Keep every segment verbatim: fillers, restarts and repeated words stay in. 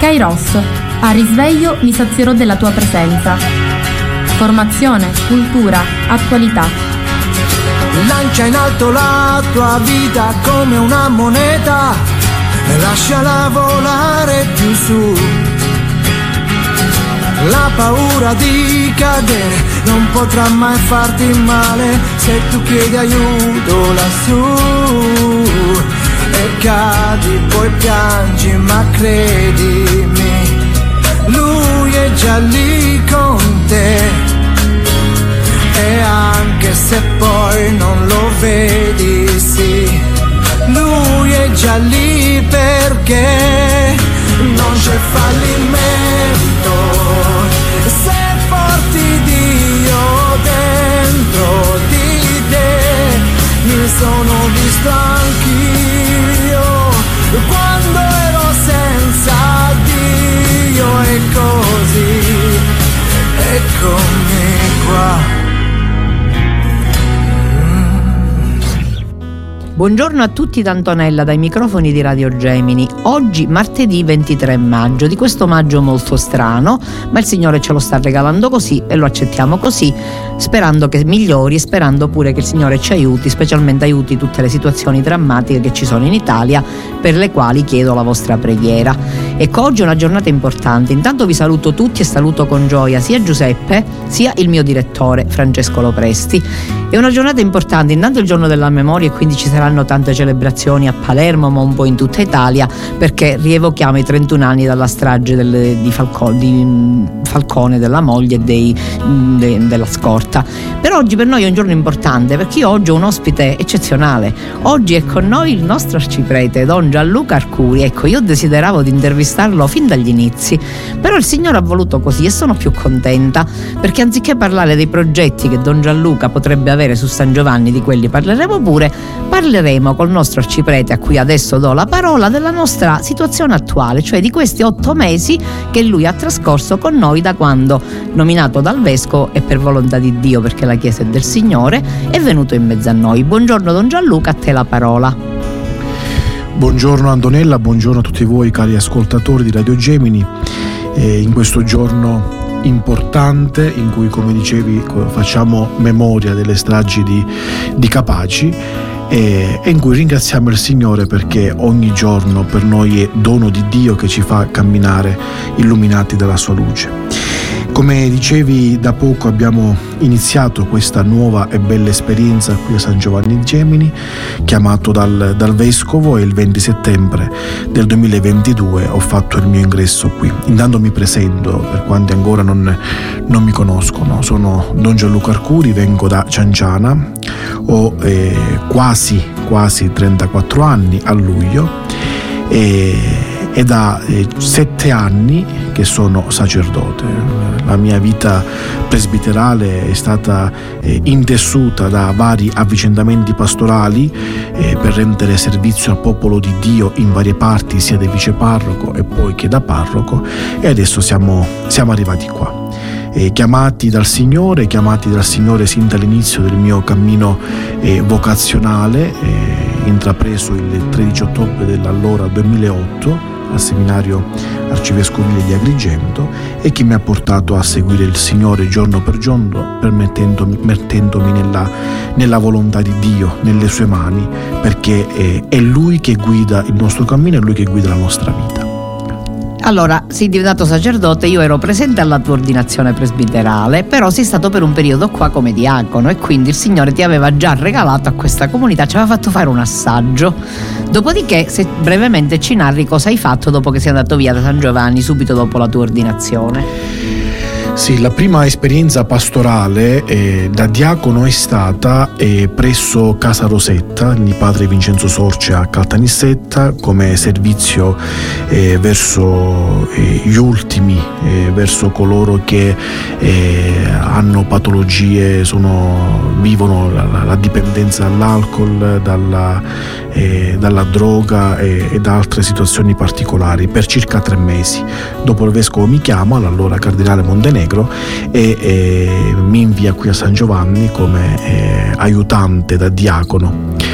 Kairos, a risveglio mi sazierò della tua presenza. Formazione, cultura, attualità. Lancia in alto la tua vita come una moneta e lasciala volare più su. La paura di cadere non potrà mai farti male se tu chiedi aiuto lassù. E cadi, poi piangi, ma credimi, lui è già lì con te. E anche se poi non lo vedi, sì, lui è già lì perché non c'è fallimento se porti Dio dentro di te. Mi sono visto anch'io quando ero senza Dio, e così eccomi qua. Buongiorno a tutti da Antonella dai microfoni di Radio Gemini. Oggi martedì ventitré maggio, di questo maggio molto strano, ma il Signore ce lo sta regalando così e lo accettiamo così, sperando che migliori e sperando pure che il Signore ci aiuti, specialmente aiuti tutte le situazioni drammatiche che ci sono in Italia, per le quali chiedo la vostra preghiera. Ecco, oggi è una giornata importante. Intanto vi saluto tutti e saluto con gioia sia Giuseppe sia il mio direttore Francesco Lopresti. È una giornata importante, intanto il giorno della memoria, e quindi ci saranno tante celebrazioni a Palermo, ma un po' in tutta Italia, perché rievochiamo i trentuno anni dalla strage del, di, Falco, di Falcone, della moglie e dei, de, della scorta. Per oggi per noi è un giorno importante, perché io oggi ho un ospite eccezionale. Oggi è con noi il nostro arciprete Don Gianluca Arcuri. Ecco, io desideravo di intervistarlo fin dagli inizi, però il Signore ha voluto così e sono più contenta, perché anziché parlare dei progetti che Don Gianluca potrebbe avere su San Giovanni, di quelli parleremo pure, parleremo col nostro arciprete, a cui adesso do la parola, della nostra situazione attuale, cioè di questi otto mesi che lui ha trascorso con noi da quando, nominato dal Vescovo e per volontà di Dio, perché la Chiesa è del Signore, è venuto in mezzo a noi. Buongiorno Don Gianluca, a te la parola. Buongiorno Antonella, buongiorno a tutti voi cari ascoltatori di Radio Gemini. Eh, in questo giorno importante in cui, come dicevi, facciamo memoria delle stragi di, di Capaci e, e in cui ringraziamo il Signore perché ogni giorno per noi è dono di Dio che ci fa camminare illuminati dalla sua luce. Come dicevi, da poco abbiamo iniziato questa nuova e bella esperienza qui a San Giovanni Gemini, chiamato dal, dal Vescovo, e il venti settembre del duemilaventidue ho fatto il mio ingresso qui. Intanto mi presento per quanti ancora non, non mi conoscono. Sono Don Gianluca Arcuri, vengo da Cianciana, ho eh, quasi, quasi trentaquattro anni a luglio e È da eh, sette anni che sono sacerdote. La mia vita presbiterale è stata eh, intessuta da vari avvicendamenti pastorali eh, per rendere servizio al popolo di Dio in varie parti, sia da viceparroco e poi che da parroco, e adesso siamo, siamo arrivati qua. Eh, chiamati dal Signore, chiamati dal Signore sin dall'inizio del mio cammino eh, vocazionale, eh, intrapreso il tredici ottobre dell'allora duemilaotto al seminario arcivescovile di Agrigento, e che mi ha portato a seguire il Signore giorno per giorno, permettendomi, mettendomi nella, nella volontà di Dio, nelle sue mani, perché è, è Lui che guida il nostro cammino, è Lui che guida la nostra vita. Allora, sei diventato sacerdote, io ero presente alla tua ordinazione presbiterale, però sei stato per un periodo qua come diacono e quindi il Signore ti aveva già regalato a questa comunità, ci aveva fatto fare un assaggio. Dopodiché, se brevemente ci narri cosa hai fatto dopo che sei andato via da San Giovanni, subito dopo la tua ordinazione. Sì, la prima esperienza pastorale eh, da diacono è stata eh, presso Casa Rosetta di padre Vincenzo Sorce a Caltanissetta, come servizio eh, verso eh, gli ultimi, eh, verso coloro che eh, hanno patologie, sono, vivono la, la dipendenza dall'alcol, dalla, eh, dalla droga e, e da altre situazioni particolari, per circa tre mesi. Dopo il vescovo mi chiama, l'allora cardinale Montenegro, e, e mi invia qui a San Giovanni come eh, aiutante da diacono.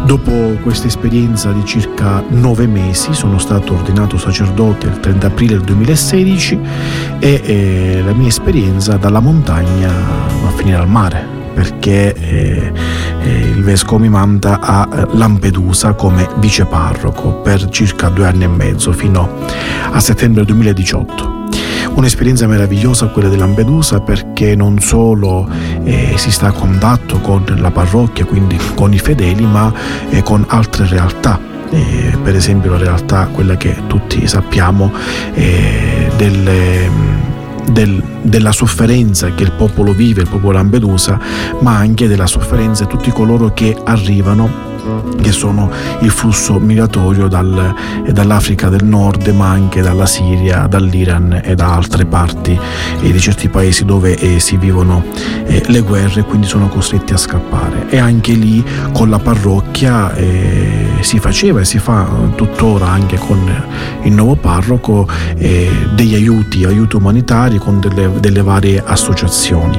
Dopo questa esperienza di circa nove mesi sono stato ordinato sacerdote il trenta aprile del duemilasedici e eh, la mia esperienza dalla montagna va a finire al mare, perché eh, eh, il vescovo mi manda a Lampedusa come viceparroco per circa due anni e mezzo fino a settembre duemiladiciotto. Un'esperienza meravigliosa quella di Lampedusa, perché non solo eh, si sta a contatto con la parrocchia, quindi con i fedeli, ma eh, con altre realtà. Eh, per esempio la realtà, quella che tutti sappiamo, eh, delle, del, della sofferenza che il popolo vive, il popolo Lampedusa, ma anche della sofferenza di tutti coloro che arrivano, che sono il flusso migratorio dal, dall'Africa del Nord, ma anche dalla Siria, dall'Iran e da altre parti eh, di certi paesi dove eh, si vivono eh, le guerre, quindi sono costretti a scappare. E anche lì con la parrocchia eh, si faceva e si fa tuttora anche con il nuovo parroco eh, degli aiuti, aiuti umanitari con delle, delle varie associazioni.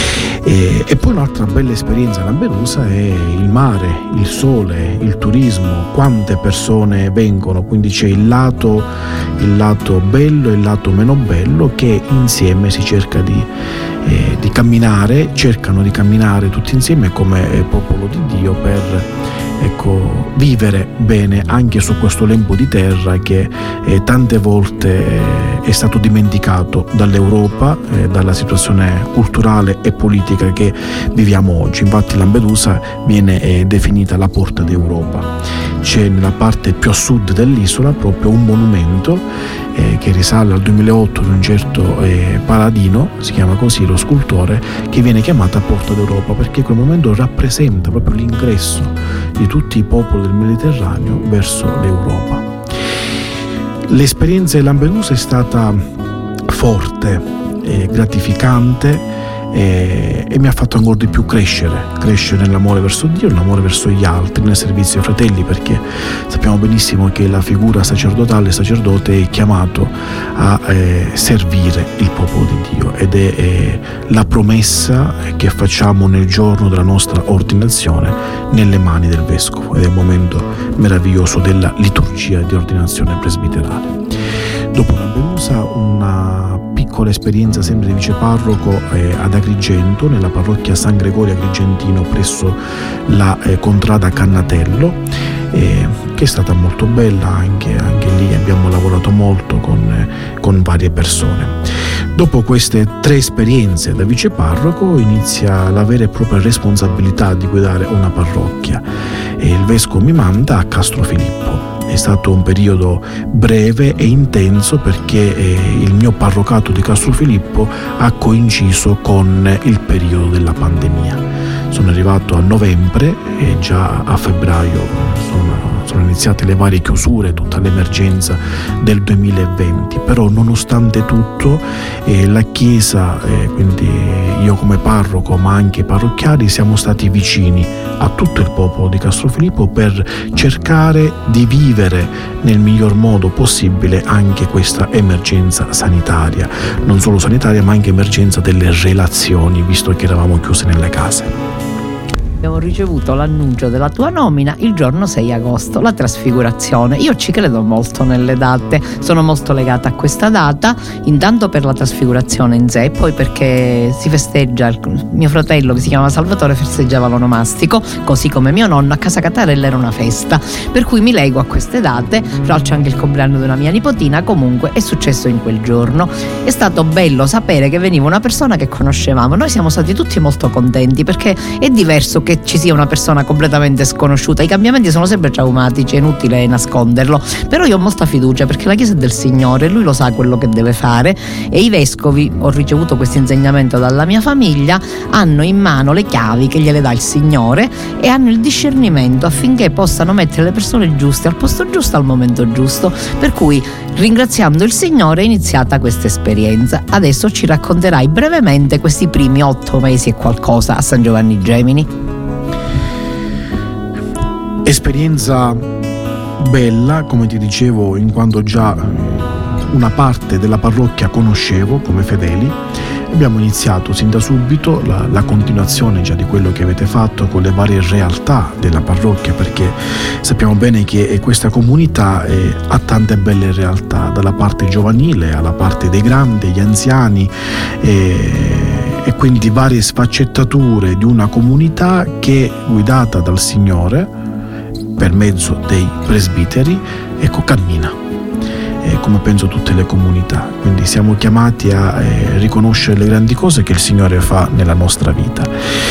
E, e poi un'altra bella esperienza a Lampedusa è il mare, il sole, il turismo, quante persone vengono, quindi c'è il lato, il lato bello e il lato meno bello che insieme si cerca di, eh, di camminare, cercano di camminare tutti insieme come popolo di Dio per ecco, vivere bene anche su questo lembo di terra che eh, tante volte eh, è stato dimenticato dall'Europa, eh, dalla situazione culturale e politica che viviamo oggi. Infatti Lampedusa viene eh, definita la porta d'Europa. C'è nella parte più a sud dell'isola proprio un monumento eh, che risale al duemilaotto di un certo eh, Paladino, si chiama così lo scultore, che viene chiamata Porta d'Europa perché quel monumento rappresenta proprio l'ingresso di tutti i popoli del Mediterraneo verso l'Europa. L'esperienza di Lampedusa è stata forte, eh, gratificante, E, e mi ha fatto ancora di più crescere, crescere nell'amore verso Dio, nell'amore verso gli altri, nel servizio ai fratelli, perché sappiamo benissimo che la figura sacerdotale, il sacerdote è chiamato a eh, servire il popolo di Dio ed è eh, la promessa che facciamo nel giorno della nostra ordinazione nelle mani del vescovo, ed è un momento meraviglioso della liturgia di ordinazione presbiterale. Dopo Lampedusa una piccola esperienza sempre di viceparroco eh, ad Agrigento, nella parrocchia San Gregorio Agrigentino presso la eh, contrada Cannatello, eh, che è stata molto bella, anche, anche lì abbiamo lavorato molto con, eh, con varie persone. Dopo queste tre esperienze da viceparroco inizia la vera e propria responsabilità di guidare una parrocchia e il vescovo mi manda a Castrofilippo. È stato un periodo breve e intenso perché eh, il mio parrocato di Castrofilippo ha coinciso con il periodo della pandemia. Sono arrivato a novembre e già a febbraio sono, sono iniziate le varie chiusure, tutta l'emergenza del duemilaventi, però nonostante tutto eh, la Chiesa, eh, quindi io come parroco ma anche i parrocchiali, siamo stati vicini a tutto il popolo di Castrofilippo per cercare di vivere nel miglior modo possibile anche questa emergenza sanitaria, non solo sanitaria ma anche emergenza delle relazioni, visto che eravamo chiusi nelle case. Abbiamo ricevuto l'annuncio della tua nomina il giorno sei agosto, la trasfigurazione. Io ci credo molto nelle date, sono molto legata a questa data, intanto per la trasfigurazione in sé, poi perché si festeggia, il mio fratello che si chiama Salvatore festeggiava l'onomastico, così come mio nonno, a casa Catarella era una festa, per cui mi leggo a queste date. Fra l'altro c'è anche il compleanno di una mia nipotina, comunque è successo in quel giorno. È stato bello sapere che veniva una persona che conoscevamo, noi siamo stati tutti molto contenti perché è diverso che ci sia una persona completamente sconosciuta. I cambiamenti sono sempre traumatici, è inutile nasconderlo, però io ho molta fiducia perché la Chiesa è del Signore, Lui lo sa quello che deve fare e i vescovi, ho ricevuto questo insegnamento dalla mia famiglia, hanno in mano le chiavi che gliele dà il Signore e hanno il discernimento affinché possano mettere le persone giuste al posto giusto al momento giusto, per cui ringraziando il Signore è iniziata questa esperienza. Adesso ci racconterai brevemente questi primi otto mesi e qualcosa a San Giovanni Gemini. Esperienza bella, come ti dicevo, in quanto già una parte della parrocchia conoscevo come fedeli, Abbiamo iniziato sin da subito la, la continuazione già di quello che avete fatto con le varie realtà della parrocchia, perché sappiamo bene che questa comunità eh, ha tante belle realtà, dalla parte giovanile alla parte dei grandi, gli anziani, eh, e quindi varie sfaccettature di una comunità che, guidata dal Signore per mezzo dei presbiteri, ecco, cammina, eh, come penso tutte le comunità. Quindi siamo chiamati a eh, riconoscere le grandi cose che il Signore fa nella nostra vita.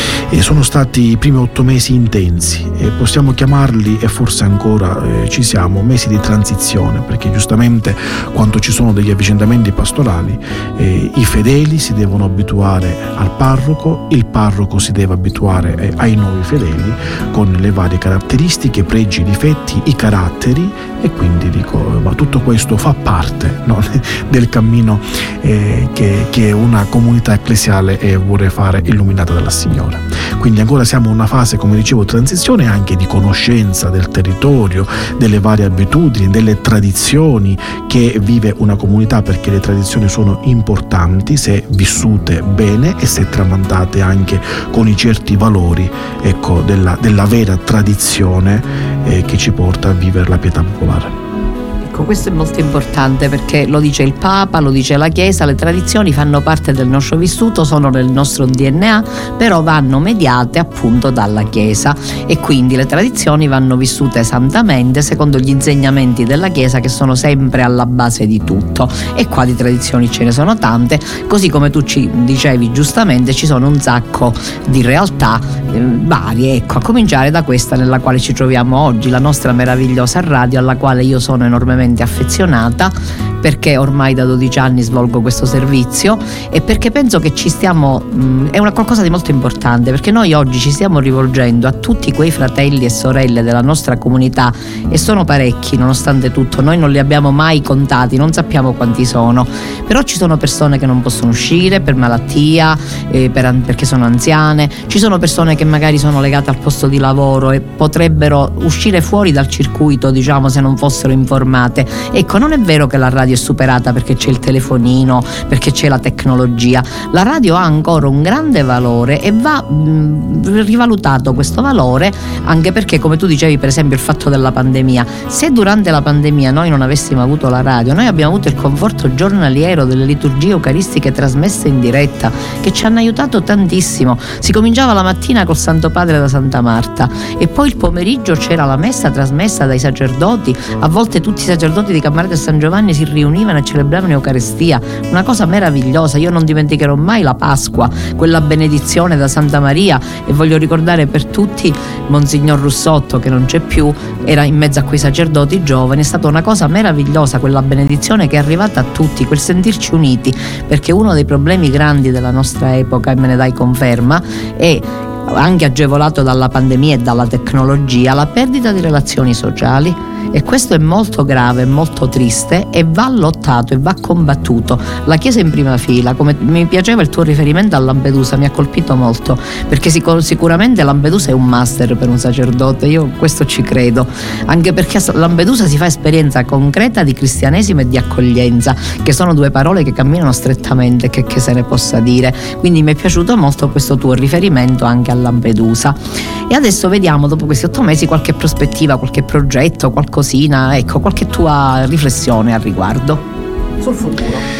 E sono stati i primi otto mesi intensi, e possiamo chiamarli, e forse ancora eh, ci siamo, mesi di transizione, perché giustamente quando ci sono degli avvicendamenti pastorali eh, i fedeli si devono abituare al parroco, il parroco si deve abituare eh, ai nuovi fedeli con le varie caratteristiche, pregi, difetti, i caratteri, e quindi dico, ma tutto questo fa parte, no, del cammino eh, che, che una comunità ecclesiale eh, vuole fare, illuminata dalla Signora. Quindi ancora siamo in una fase, come dicevo, transizione, anche di conoscenza del territorio, delle varie abitudini, delle tradizioni che vive una comunità, perché le tradizioni sono importanti se vissute bene e se tramandate anche con i certi valori, ecco, della, della vera tradizione eh, che ci porta a vivere la pietà popolare. Questo è molto importante, perché lo dice il Papa, lo dice la Chiesa, le tradizioni fanno parte del nostro vissuto, sono nel nostro D N A, però vanno mediate appunto dalla Chiesa, e quindi le tradizioni vanno vissute santamente secondo gli insegnamenti della Chiesa, che sono sempre alla base di tutto. E qua di tradizioni ce ne sono tante, così come tu ci dicevi giustamente, ci sono un sacco di realtà eh, varie, ecco, a cominciare da questa nella quale ci troviamo oggi, la nostra meravigliosa radio, alla quale io sono enormemente affezionata, perché ormai da dodici anni svolgo questo servizio, e perché penso che ci stiamo mh, è una qualcosa di molto importante, perché noi oggi ci stiamo rivolgendo a tutti quei fratelli e sorelle della nostra comunità, e sono parecchi nonostante tutto, noi non li abbiamo mai contati, non sappiamo quanti sono, però ci sono persone che non possono uscire per malattia, eh, per, perché sono anziane, ci sono persone che magari sono legate al posto di lavoro e potrebbero uscire fuori dal circuito, diciamo, se non fossero informate. Ecco, non è vero che la radio è superata perché c'è il telefonino, perché c'è la tecnologia. La radio ha ancora un grande valore e va mh, rivalutato questo valore, anche perché, come tu dicevi, per esempio il fatto della pandemia, se durante la pandemia noi non avessimo avuto la radio, noi abbiamo avuto il conforto giornaliero delle liturgie eucaristiche trasmesse in diretta, che ci hanno aiutato tantissimo. Si cominciava la mattina col Santo Padre da Santa Marta, e poi il pomeriggio c'era la messa trasmessa dai sacerdoti, a volte tutti i sacerdoti di Cammarata e San Giovanni si riunivano e celebravano Eucaristia, una cosa meravigliosa. Io non dimenticherò mai la Pasqua, quella benedizione da Santa Maria, e voglio ricordare per tutti Monsignor Russotto, che non c'è più, era in mezzo a quei sacerdoti giovani. È stata una cosa meravigliosa quella benedizione, che è arrivata a tutti, quel sentirci uniti, perché uno dei problemi grandi della nostra epoca, e me ne dai conferma, è, anche agevolato dalla pandemia e dalla tecnologia, la perdita di relazioni sociali, e questo è molto grave, molto triste, e va lottato e va combattuto. La Chiesa in prima fila. Come mi piaceva il tuo riferimento a Lampedusa, mi ha colpito molto, perché sic- sicuramente Lampedusa è un master per un sacerdote, io questo ci credo, anche perché a Lampedusa si fa esperienza concreta di cristianesimo e di accoglienza, che sono due parole che camminano strettamente, che, che se ne possa dire. Quindi mi è piaciuto molto questo tuo riferimento anche a Lampedusa. E adesso vediamo, dopo questi otto mesi, qualche prospettiva, qualche progetto, qualcosina, ecco, qualche tua riflessione al riguardo sul futuro.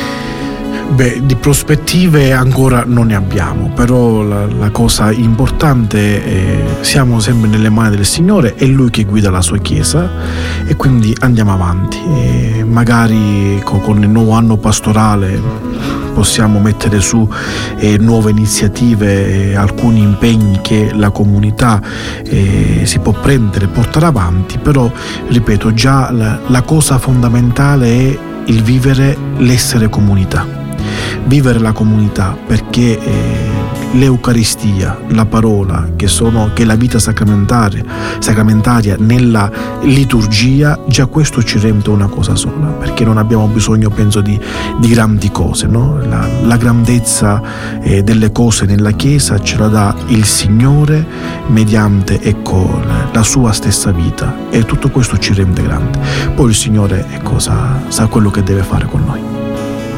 Beh, di prospettive ancora non ne abbiamo, però la, la cosa importante è siamo sempre nelle mani del Signore, è Lui che guida la sua Chiesa, e quindi andiamo avanti. E magari con, con il nuovo anno pastorale possiamo mettere su eh, nuove iniziative, eh, alcuni impegni che la comunità eh, si può prendere, portare avanti, però ripeto, già la, la cosa fondamentale è il vivere l'essere comunità. Vivere la comunità, perché eh, l'Eucaristia, la parola, che, sono, che è la vita sacramentaria, sacramentaria nella liturgia, già questo ci rende una cosa sola, perché non abbiamo bisogno, penso, di, di grandi cose, no? La, la grandezza eh, delle cose nella Chiesa ce la dà il Signore mediante, ecco, la, la sua stessa vita, e tutto questo ci rende grande. Poi il Signore, ecco, sa, sa quello che deve fare con noi.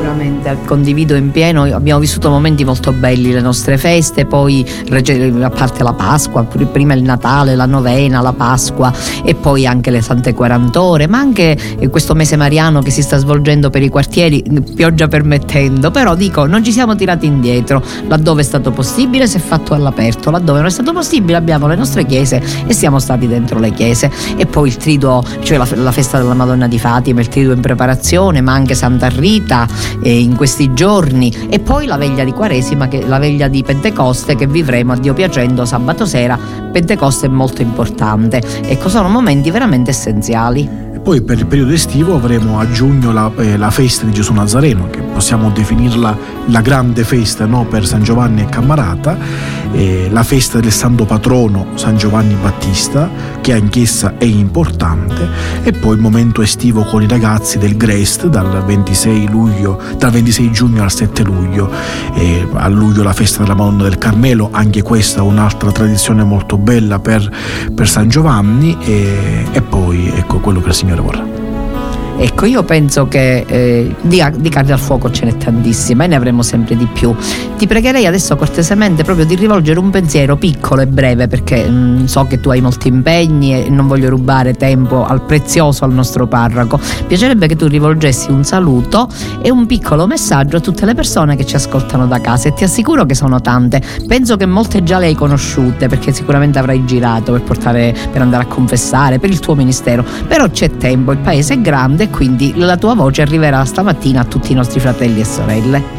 Sicuramente condivido in pieno, abbiamo vissuto momenti molto belli, le nostre feste, poi a parte la Pasqua, prima il Natale, la novena, la Pasqua e poi anche le Sante quarant'ore, ma anche questo mese mariano che si sta svolgendo per i quartieri, pioggia permettendo, però dico non ci siamo tirati indietro, laddove è stato possibile si è fatto all'aperto, laddove non è stato possibile abbiamo le nostre chiese e siamo stati dentro le chiese. E poi il triduo, cioè la, la festa della Madonna di Fatima, il triduo in preparazione, ma anche Santa Rita eh, in questi giorni, e poi la veglia di Quaresima, che la veglia di Pentecoste che vivremo a Dio piacendo sabato sera. Pentecoste è molto importante, ecco, sono momenti veramente essenziali. Poi per il periodo estivo avremo a giugno la, eh, la festa di Gesù Nazareno, che possiamo definirla la grande festa, no, per San Giovanni e Cammarata, eh, la festa del santo patrono San Giovanni Battista, che anch'essa è importante, e poi il momento estivo con i ragazzi del Grest dal ventisei luglio, dal ventisei giugno al sette luglio, eh, a luglio la festa della Madonna del Carmelo, anche questa un'altra tradizione molto bella per, per San Giovanni, e, e poi ecco quello che il Signore vorrà. Ecco, io penso che eh, di, di carne al fuoco ce n'è tantissima e ne avremo sempre di più. Ti pregherei adesso cortesemente proprio di rivolgere un pensiero piccolo e breve, perché mh, so che tu hai molti impegni e non voglio rubare tempo al prezioso al nostro parroco. Piacerebbe che tu rivolgessi un saluto e un piccolo messaggio a tutte le persone che ci ascoltano da casa, e ti assicuro che sono tante. Penso che molte già le hai conosciute, perché sicuramente avrai girato per portare, per andare a confessare, per il tuo ministero, però c'è tempo, il paese è grande, quindi la tua voce arriverà stamattina a tutti i nostri fratelli e sorelle.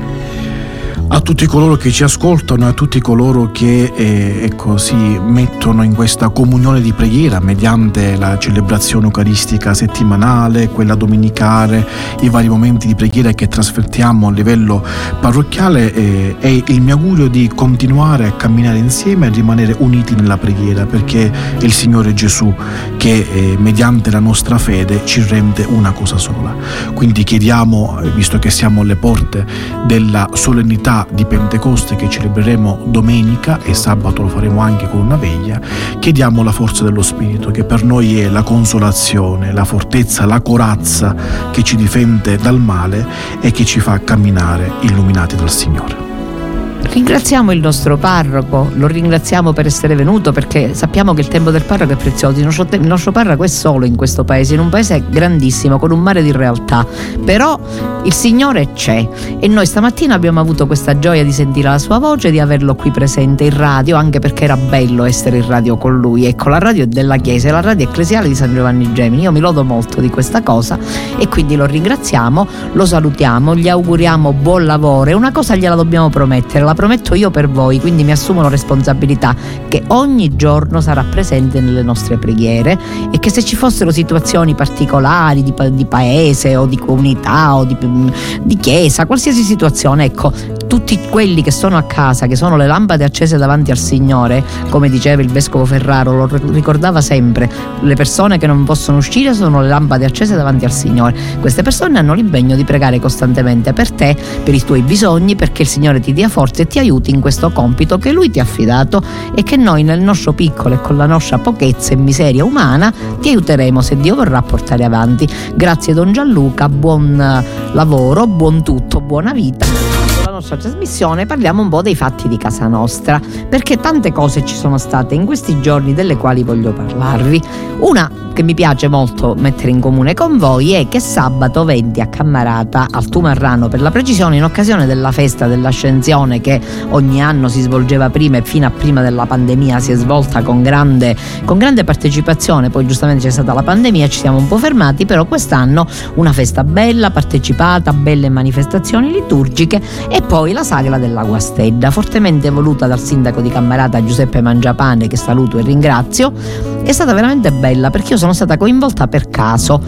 A tutti coloro che ci ascoltano e a tutti coloro che eh, ecco, si mettono in questa comunione di preghiera mediante la celebrazione eucaristica settimanale, quella domenicale, i vari momenti di preghiera che trasfertiamo a livello parrocchiale, eh, è il mio augurio di continuare a camminare insieme e rimanere uniti nella preghiera, perché è il Signore Gesù che eh, mediante la nostra fede ci rende una cosa sola. Quindi chiediamo, visto che siamo alle porte della solennità di Pentecoste che celebreremo domenica e sabato lo faremo anche con una veglia, chiediamo la forza dello Spirito, che per noi è la consolazione, la fortezza, la corazza che ci difende dal male e che ci fa camminare illuminati dal Signore. Ringraziamo il nostro parroco, lo ringraziamo per essere venuto, perché sappiamo che il tempo del parroco è prezioso. Il nostro, il nostro parroco è solo in questo paese, in un paese grandissimo, con un mare di realtà, però il Signore c'è e noi stamattina abbiamo avuto questa gioia di sentire la sua voce, di averlo qui presente in radio, anche perché era bello essere in radio con lui. Ecco, la radio è della Chiesa, è la radio ecclesiale di San Giovanni Gemini. Io mi lodo molto di questa cosa e quindi lo ringraziamo, lo salutiamo, gli auguriamo buon lavoro, e una cosa gliela dobbiamo promettere, la prometto io per voi, quindi mi assumo la responsabilità che ogni giorno sarà presente nelle nostre preghiere, e che se ci fossero situazioni particolari di, di paese o di comunità o di, di chiesa, qualsiasi situazione, ecco, tutti quelli che sono a casa, che sono le lampade accese davanti al Signore, come diceva il vescovo Ferraro, lo ricordava sempre, le persone che non possono uscire sono le lampade accese davanti al Signore. Queste persone hanno l'impegno di pregare costantemente per te, per i tuoi bisogni, perché il Signore ti dia forza e ti aiuti in questo compito che Lui ti ha affidato, e che noi nel nostro piccolo e con la nostra pochezza e miseria umana ti aiuteremo, se Dio vorrà, a portare avanti. Grazie Don Gianluca, buon lavoro, buon tutto, buona vita. La nostra trasmissione parliamo un po' dei fatti di casa nostra, perché tante cose ci sono state in questi giorni delle quali voglio parlarvi. Una che mi piace molto mettere in comune con voi è che sabato venti a Cammarata, al Tumarrano per la precisione, in occasione della festa dell'Ascensione che ogni anno si svolgeva prima e fino a prima della pandemia si è svolta con grande, con grande partecipazione, poi giustamente c'è stata la pandemia, ci siamo un po' fermati, però quest'anno una festa bella, partecipata, belle manifestazioni liturgiche, e poi la Sagra della Guastedda, fortemente voluta dal sindaco di Cammarata Giuseppe Mangiapane, che saluto e ringrazio. È stata veramente bella, perché io sono stata coinvolta per caso.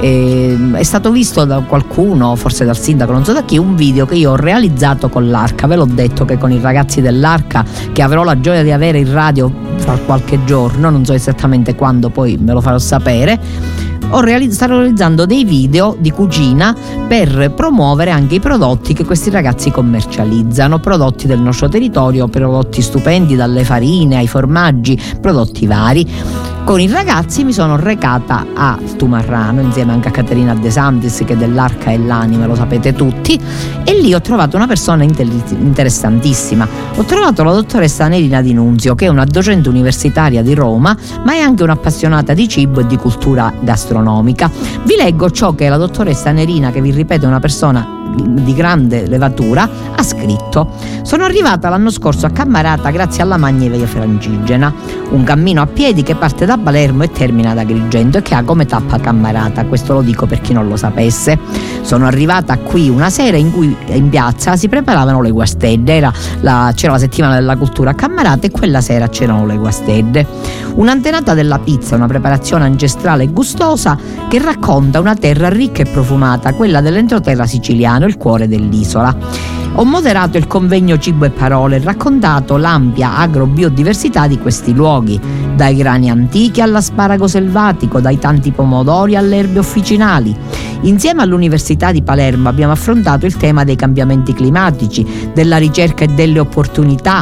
E è stato visto da qualcuno, forse dal sindaco, non so da chi, un video che io ho realizzato con l'Arca. Ve l'ho detto che con i ragazzi dell'Arca, che avrò la gioia di avere in radio fra qualche giorno, non so esattamente quando, poi me lo farò sapere, ho realizz- sta realizzando dei video di cucina per promuovere anche i prodotti che questi ragazzi commercializzano, prodotti del nostro territorio, prodotti stupendi, dalle farine ai formaggi, prodotti vari. Con i ragazzi mi sono recata a Tumarrano insieme anche a Caterina De Santis, che dell'Arca e l'Anima lo sapete tutti, e lì ho trovato una persona interessantissima. Ho trovato la dottoressa Nerina Di Nunzio, che è una docente universitaria di Roma, ma è anche un'appassionata di cibo e di cultura gastronomica. Vi leggo ciò che la dottoressa Nerina, che vi ripeto è una persona di grande levatura, ha scritto: sono arrivata l'anno scorso a Cammarata grazie alla Magna Via Francigena, un cammino a piedi che parte da Palermo e termina ad Agrigento e che ha come tappa Cammarata. Questo lo dico per chi non lo sapesse. Sono arrivata qui una sera in cui in piazza si preparavano le guastedde, era la, c'era la settimana della cultura a Cammarata e quella sera c'erano le guastedde. Un'antenata della pizza, una preparazione ancestrale e gustosa che racconta una terra ricca e profumata, quella dell'entroterra siciliano, il cuore dell'isola. Ho moderato il convegno Cibo e Parole e raccontato l'ampia agrobiodiversità di questi luoghi, dai grani antichi all'asparago selvatico, dai tanti pomodori alle erbe officinali. Insieme all'Università di Palermo abbiamo affrontato il tema dei cambiamenti climatici, della ricerca e delle opportunità.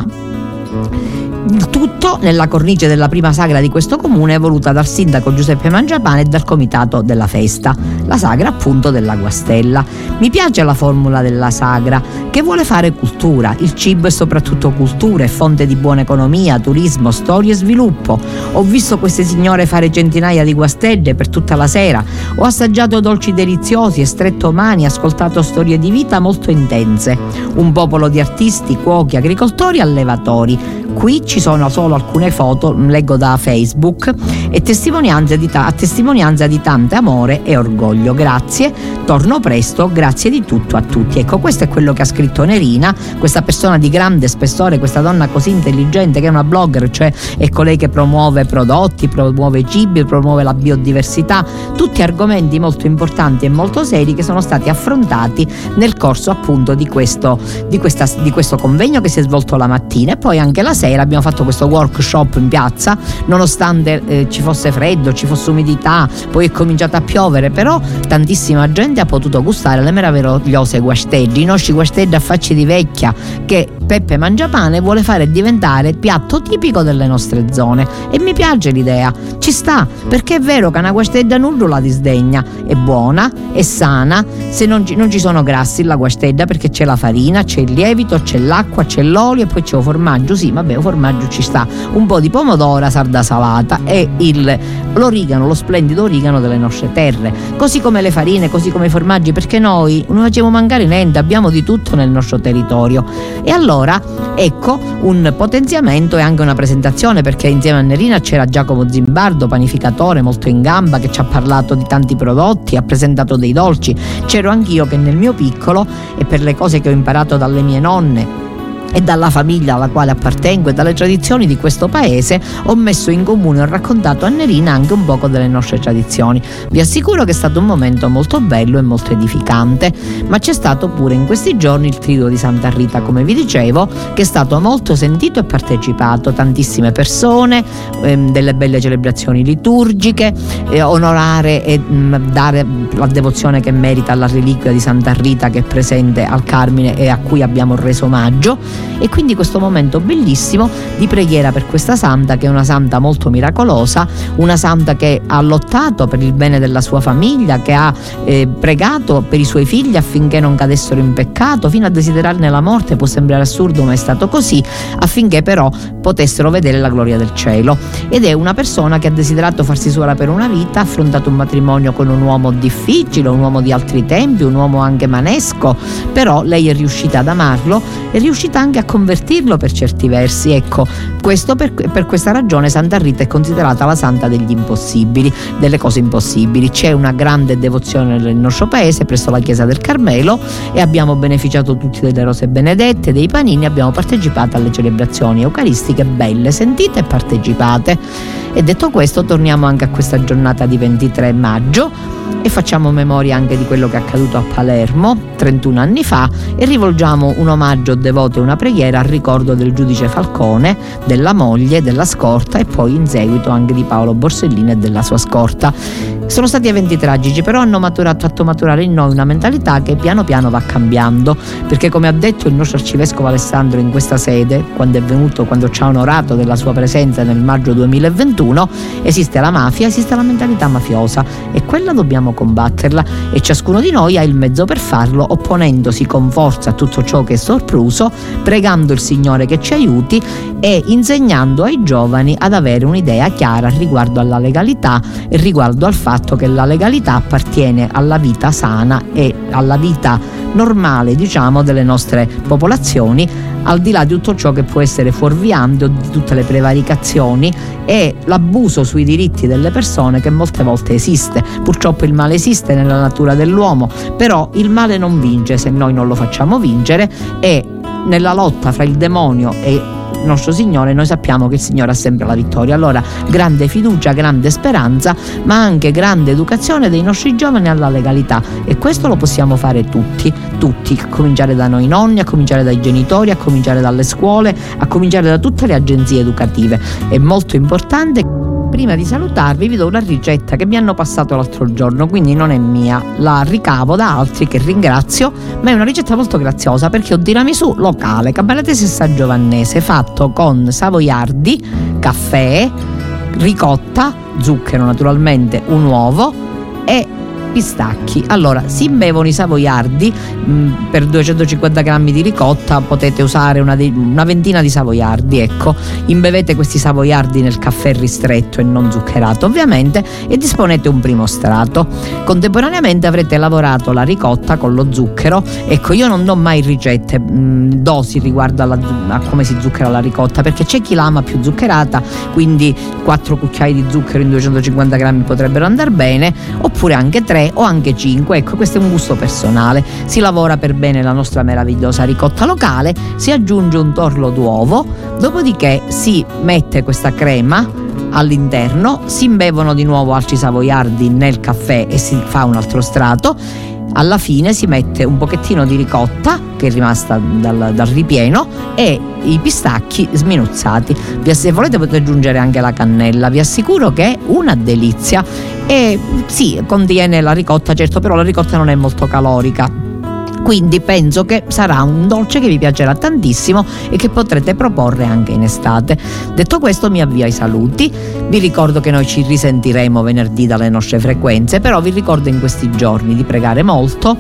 Il tutto nella cornice della prima sagra di questo comune, voluta dal sindaco Giuseppe Mangiapane e dal comitato della festa, la sagra appunto della Guastella. Mi piace la formula della sagra, che vuole fare cultura. Il cibo è soprattutto cultura, è fonte di buona economia, turismo, storia e sviluppo. Ho visto queste signore fare centinaia di guastelle per tutta la sera, ho assaggiato dolci deliziosi e stretto mani, ascoltato storie di vita molto intense. Un popolo di artisti, cuochi, agricoltori e allevatori. Qui ci sono solo alcune foto, leggo da Facebook, e testimonianze di ta- a testimonianza di tante amore e orgoglio. Grazie, torno presto, grazie di tutto a tutti. Ecco, questo è quello che ha scritto Nerina, questa persona di grande spessore, questa donna così intelligente che è una blogger, cioè è colei che promuove prodotti, promuove cibi, promuove la biodiversità, tutti argomenti molto importanti e molto seri che sono stati affrontati nel corso appunto di questo, di questa, di questo convegno che si è svolto la mattina, e poi anche la sera abbiamo fatto questo workshop in piazza, nonostante eh, ci fosse freddo, ci fosse umidità, poi è cominciato a piovere, però tantissima gente ha potuto gustare le meravigliose guasteddi, i nostri guasteddi a facce di vecchia che Peppe Mangiapane vuole fare diventare piatto tipico delle nostre zone, e mi piace l'idea, ci sta, perché è vero che una guastedda nulla la disdegna, è buona, è sana, se non ci, non ci sono grassi la guastedda, perché c'è la farina, c'è il lievito, c'è l'acqua, c'è l'olio e poi c'è il formaggio, sì vabbè il formaggio ci sta, un po' di pomodoro, sarda salata e il, l'origano, lo splendido origano delle nostre terre, così come le farine, così come i formaggi, perché noi non facciamo mancare niente, abbiamo di tutto nel nostro territorio. E allora ecco un potenziamento e anche una presentazione, perché insieme a Nerina c'era Giacomo Zimbardo, panificatore molto in gamba, che ci ha parlato di tanti prodotti, ha presentato dei dolci. C'ero anch'io che nel mio piccolo, e per le cose che ho imparato dalle mie nonne e dalla famiglia alla quale appartengo e dalle tradizioni di questo paese, ho messo in comune e ho raccontato a Nerina anche un poco delle nostre tradizioni. Vi assicuro che è stato un momento molto bello e molto edificante, ma c'è stato pure in questi giorni il Triduo di Santa Rita, come vi dicevo, che è stato molto sentito e partecipato, tantissime persone, ehm, delle belle celebrazioni liturgiche, eh, onorare e mh, dare la devozione che merita alla reliquia di Santa Rita, che è presente al Carmine e a cui abbiamo reso omaggio. E quindi questo momento bellissimo di preghiera per questa santa, che è una santa molto miracolosa, una santa che ha lottato per il bene della sua famiglia, che ha eh, pregato per i suoi figli affinché non cadessero in peccato, fino a desiderarne la morte, può sembrare assurdo ma è stato così, affinché però potessero vedere la gloria del cielo. Ed è una persona che ha desiderato farsi suora per una vita, ha affrontato un matrimonio con un uomo difficile, un uomo di altri tempi, un uomo anche manesco, però lei è riuscita ad amarlo, è riuscita anche a convertirlo per certi versi. Ecco, questo per, per questa ragione Santa Rita è considerata la santa degli impossibili, delle cose impossibili. C'è una grande devozione nel nostro paese presso la chiesa del Carmelo e abbiamo beneficiato tutti delle rose benedette, dei panini, abbiamo partecipato alle celebrazioni eucaristiche belle, sentite e partecipate. E detto questo, torniamo anche a questa giornata di ventitré maggio e facciamo memoria anche di quello che è accaduto a Palermo trentuno anni fa e rivolgiamo un omaggio devoto e una preghiera al ricordo del giudice Falcone, della moglie, della scorta e poi in seguito anche di Paolo Borsellino e della sua scorta. Sono stati eventi tragici, però hanno maturato, fatto maturare in noi una mentalità che piano piano va cambiando, perché come ha detto il nostro arcivescovo Alessandro in questa sede, quando è venuto, quando ci ha onorato della sua presenza nel maggio duemilaventuno, esiste la mafia, esiste la mentalità mafiosa e quella dobbiamo combatterla e ciascuno di noi ha il mezzo per farlo, opponendosi con forza a tutto ciò che è sorpruso, pregando il Signore che ci aiuti e insegnando ai giovani ad avere un'idea chiara riguardo alla legalità e riguardo al fatto che la legalità appartiene alla vita sana e alla vita normale, diciamo, delle nostre popolazioni, al di là di tutto ciò che può essere fuorviante, di tutte le prevaricazioni e l'abuso sui diritti delle persone che molte volte esiste. Purtroppo il male esiste nella natura dell'uomo, però il male non vince se noi non lo facciamo vincere e nella lotta fra il demonio e nostro Signore noi sappiamo che il Signore ha sempre la vittoria. Allora grande fiducia, grande speranza, ma anche grande educazione dei nostri giovani alla legalità e questo lo possiamo fare tutti, tutti, a cominciare da noi nonni, a cominciare dai genitori, a cominciare dalle scuole, a cominciare da tutte le agenzie educative. È molto importante. Prima di salutarvi vi do una ricetta che mi hanno passato l'altro giorno, quindi non è mia, la ricavo da altri che ringrazio, ma è una ricetta molto graziosa perché ho tiramisù locale, cabalatese e sangiovannese, fatto con savoiardi, caffè, ricotta, zucchero naturalmente, un uovo e pistacchi. Allora, si imbevono i savoiardi, mh, per duecentocinquanta grammi di ricotta potete usare una, de- una ventina di savoiardi, ecco, imbevete questi savoiardi nel caffè ristretto e non zuccherato ovviamente e disponete un primo strato. Contemporaneamente avrete lavorato la ricotta con lo zucchero. Ecco, io non do mai ricette, mh, dosi riguardo alla, a come si zucchera la ricotta, perché c'è chi la ama più zuccherata, quindi quattro cucchiai di zucchero in duecentocinquanta grammi potrebbero andare bene, oppure anche tre o anche cinque, ecco, questo è un gusto personale. Si lavora per bene la nostra meravigliosa ricotta locale, si aggiunge un torlo d'uovo, dopodiché si mette questa crema all'interno, si imbevono di nuovo altri savoiardi nel caffè e si fa un altro strato. Alla fine si mette un pochettino di ricotta che è rimasta dal, dal ripieno e i pistacchi sminuzzati. Se volete potete aggiungere anche la cannella, vi assicuro che è una delizia e sì, contiene la ricotta, certo, però la ricotta non è molto calorica. Quindi penso che sarà un dolce che vi piacerà tantissimo e che potrete proporre anche in estate. Detto questo mi avvio ai saluti, vi ricordo che noi ci risentiremo venerdì dalle nostre frequenze, però vi ricordo in questi giorni di pregare molto.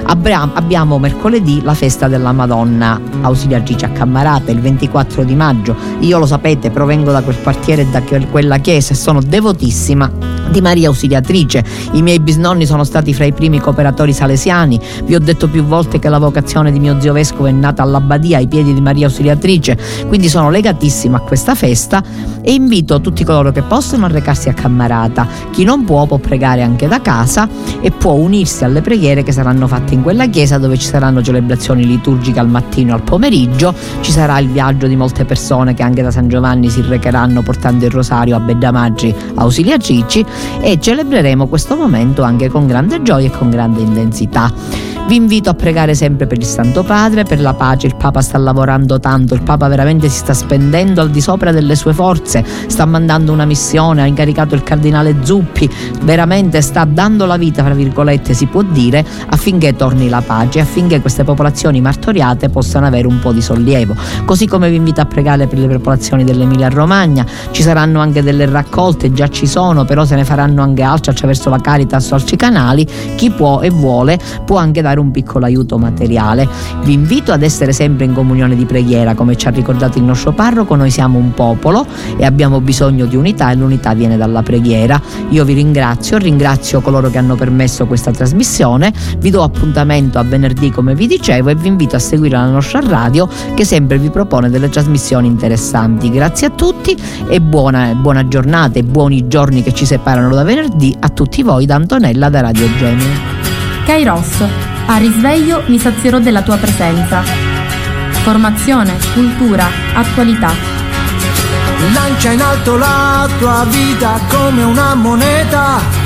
Abbiamo mercoledì la festa della Madonna Ausiliatrice a Cammarata, il ventiquattro di maggio. Io, lo sapete, provengo da quel quartiere e da quella chiesa e sono devotissima di Maria Ausiliatrice. I miei bisnonni sono stati fra i primi cooperatori salesiani. Vi ho detto più volte che la vocazione di mio zio vescovo è nata all'abbadia ai piedi di Maria Ausiliatrice, quindi sono legatissima a questa festa e invito tutti coloro che possono a recarsi a Cammarata. Chi non può può pregare anche da casa e può unirsi alle preghiere che saranno fatte in quella chiesa, dove ci saranno celebrazioni liturgiche al mattino e al pomeriggio. Ci sarà il viaggio di molte persone che anche da San Giovanni si recheranno portando il rosario a Beddamaggi Ausiliatrici e celebreremo questo momento anche con grande gioia e con grande intensità. Vi invito a pregare sempre per il Santo Padre, per la pace. Il Papa sta lavorando tanto, il Papa veramente si sta spendendo al di sopra delle sue forze, sta mandando una missione, ha incaricato il Cardinale Zuppi, veramente sta dando la vita, fra virgolette si può dire, affinché torni la pace, affinché queste popolazioni martoriate possano avere un po' di sollievo. Così come vi invito a pregare per le popolazioni dell'Emilia Romagna. Ci saranno anche delle raccolte, già ci sono, però se ne faranno anche altre attraverso la Caritas o altri canali. Chi può e vuole può anche dare un piccolo aiuto materiale. Vi invito ad essere sempre in comunione di preghiera, come ci ha ricordato il nostro parroco. Noi siamo un popolo e abbiamo bisogno di unità e l'unità viene dalla preghiera. Io vi ringrazio, ringrazio coloro che hanno permesso questa trasmissione, vi do appuntamento a venerdì come vi dicevo e vi invito a seguire la nostra radio che sempre vi propone delle trasmissioni interessanti. Grazie a tutti e buona, buona giornata e buoni giorni che ci separano da venerdì a tutti voi da Antonella da Radio Gemini. Kairos. A risveglio mi sazierò della tua presenza. Formazione, cultura, attualità. lancia in alto la tua vita come una moneta